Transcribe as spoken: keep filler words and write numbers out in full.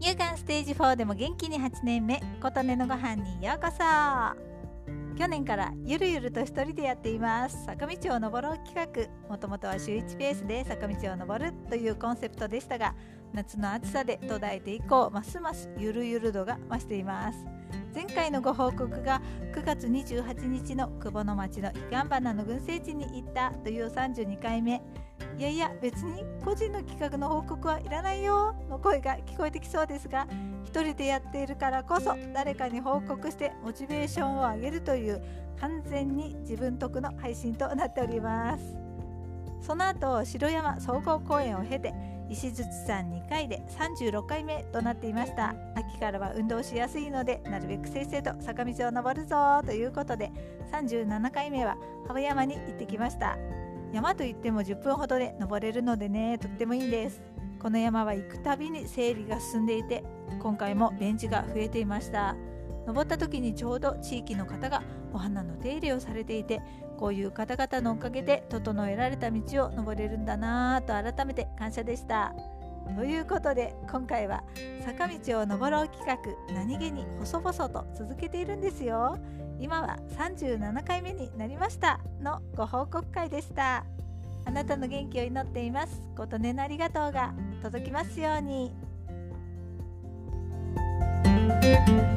乳がんステージフォーでも元気にはちねんめ、琴音のご飯にようこそ。去年からゆるゆると一人でやっています坂道を登ろう企画。もともとは週いちペースで坂道を登るというコンセプトでしたが、夏の暑さで途絶えて以降、ますますゆるゆる度が増しています。前回のご報告がくがつにじゅうはちにちの久保の町の彼岸花の群生地に行ったというさんじゅうにかいめ。いやいや別に個人の企画の報告はいらないよの声が聞こえてきそうですが、一人でやっているからこそ誰かに報告してモチベーションを上げるという完全に自分得の配信となっております。その後城山総合公園を経て石鎚山にかいでさんじゅうろっかいめとなっていました。秋からは運動しやすいのでなるべくせっせと坂道を登るぞということで、さんじゅうななかいめは羽生山に行ってきました。山といってもじゅっぷんほどで登れるのでね、とってもいいんです。この山は行くたびに整備が進んでいて、今回もベンチが増えていました。登った時にちょうど地域の方がお花の手入れをされていて、こういう方々のおかげで整えられた道を登れるんだなぁと改めて感謝でした。ということで今回は坂道を登ろう企画、何気に細々と続けているんですよ。今はさんじゅうななかいめになりましたのご報告会でした。あなたの元気を祈っています。琴音のありがとうが届きますように。